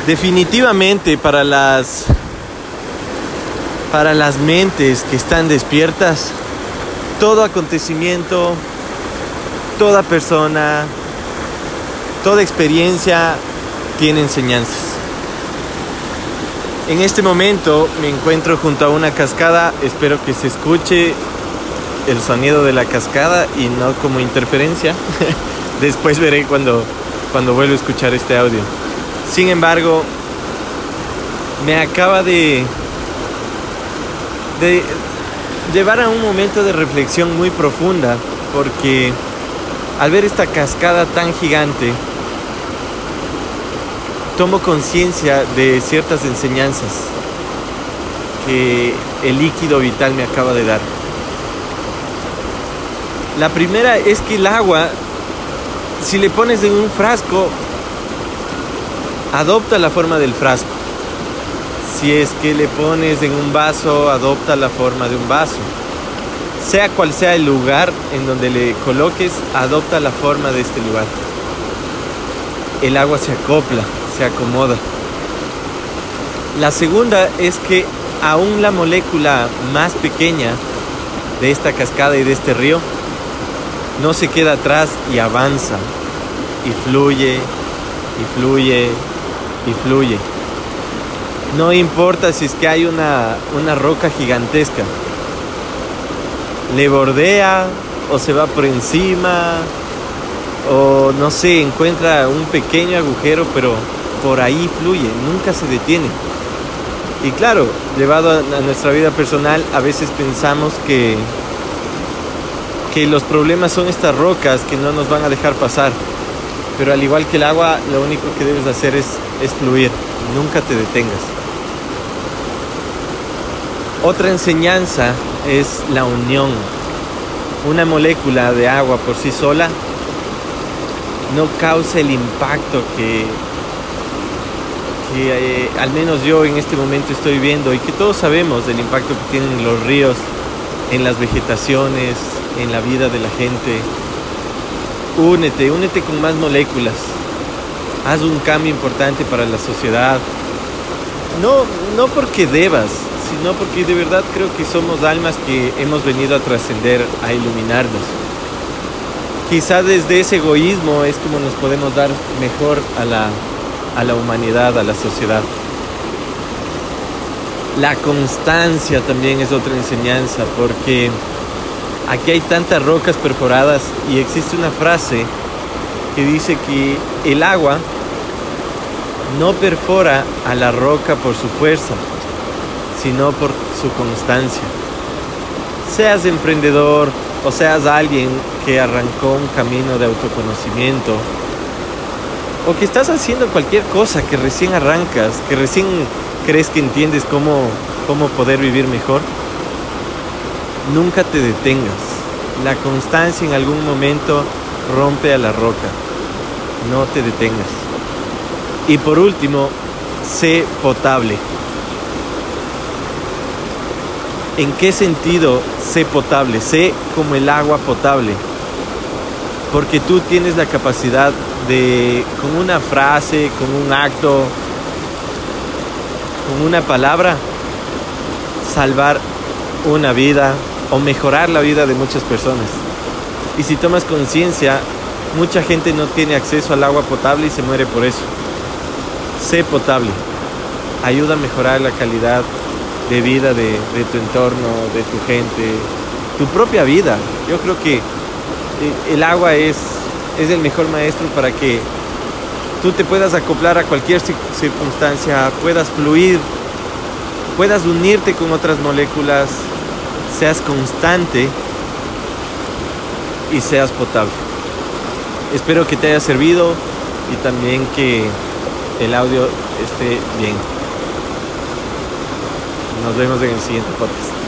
Definitivamente para las mentes que están despiertas, todo acontecimiento, toda persona, toda experiencia tiene enseñanzas. En este momento me encuentro junto a una cascada, espero que se escuche el sonido de la cascada y no como interferencia. Después veré cuando vuelva a escuchar este audio. Sin embargo, me acaba de llevar a un momento de reflexión muy profunda, porque al ver esta cascada tan gigante, tomo conciencia de ciertas enseñanzas que el líquido vital me acaba de dar. La primera es que el agua, si le pones en un frasco, adopta la forma del frasco. Si es que le pones en un vaso, adopta la forma de un vaso. Sea cual sea el lugar en donde le coloques, adopta la forma de este lugar. El agua se acopla, se acomoda. La segunda es que aún la molécula más pequeña de esta cascada y de este río no se queda atrás y avanza y fluye y fluye y fluye. No importa si es que hay una roca gigantesca, le bordea o se va por encima, o no sé, encuentra un pequeño agujero, pero por ahí fluye, nunca se detiene. Y claro, llevado a nuestra vida personal, a veces pensamos que los problemas son estas rocas que no nos van a dejar pasar. Pero al igual que el agua, lo único que debes hacer es fluir, nunca te detengas. Otra enseñanza es la unión. Una molécula de agua por sí sola no causa el impacto que al menos yo en este momento estoy viendo, y que todos sabemos del impacto que tienen los ríos en las vegetaciones, en la vida de la gente. Únete con más moléculas. Haz un cambio importante para la sociedad. No porque debas, sino porque de verdad creo que somos almas que hemos venido a trascender, a iluminarnos. Quizá desde ese egoísmo es como nos podemos dar mejor a la humanidad, a la sociedad. La constancia también es otra enseñanza, porque aquí hay tantas rocas perforadas y existe una frase que dice que el agua no perfora a la roca por su fuerza, sino por su constancia. Seas emprendedor o seas alguien que arrancó un camino de autoconocimiento, o que estás haciendo cualquier cosa que recién arrancas, que recién crees que entiendes cómo poder vivir mejor, nunca te detengas. La constancia en algún momento rompe a la roca. No te detengas. Y por último, sé potable. ¿En qué sentido sé potable? Sé como el agua potable. Porque tú tienes la capacidad de, con una frase, con un acto, con una palabra, salvar una vida o mejorar la vida de muchas personas. Y si tomas conciencia, mucha gente no tiene acceso al agua potable y se muere por eso. Sé potable. Ayuda a mejorar la calidad de vida de tu entorno, de tu gente, tu propia vida. Yo creo que el agua es el mejor maestro para que tú te puedas acoplar a cualquier circunstancia, puedas fluir, puedas unirte con otras moléculas, seas constante y seas potable. Espero que te haya servido y también que el audio esté bien. Nos vemos en el siguiente podcast.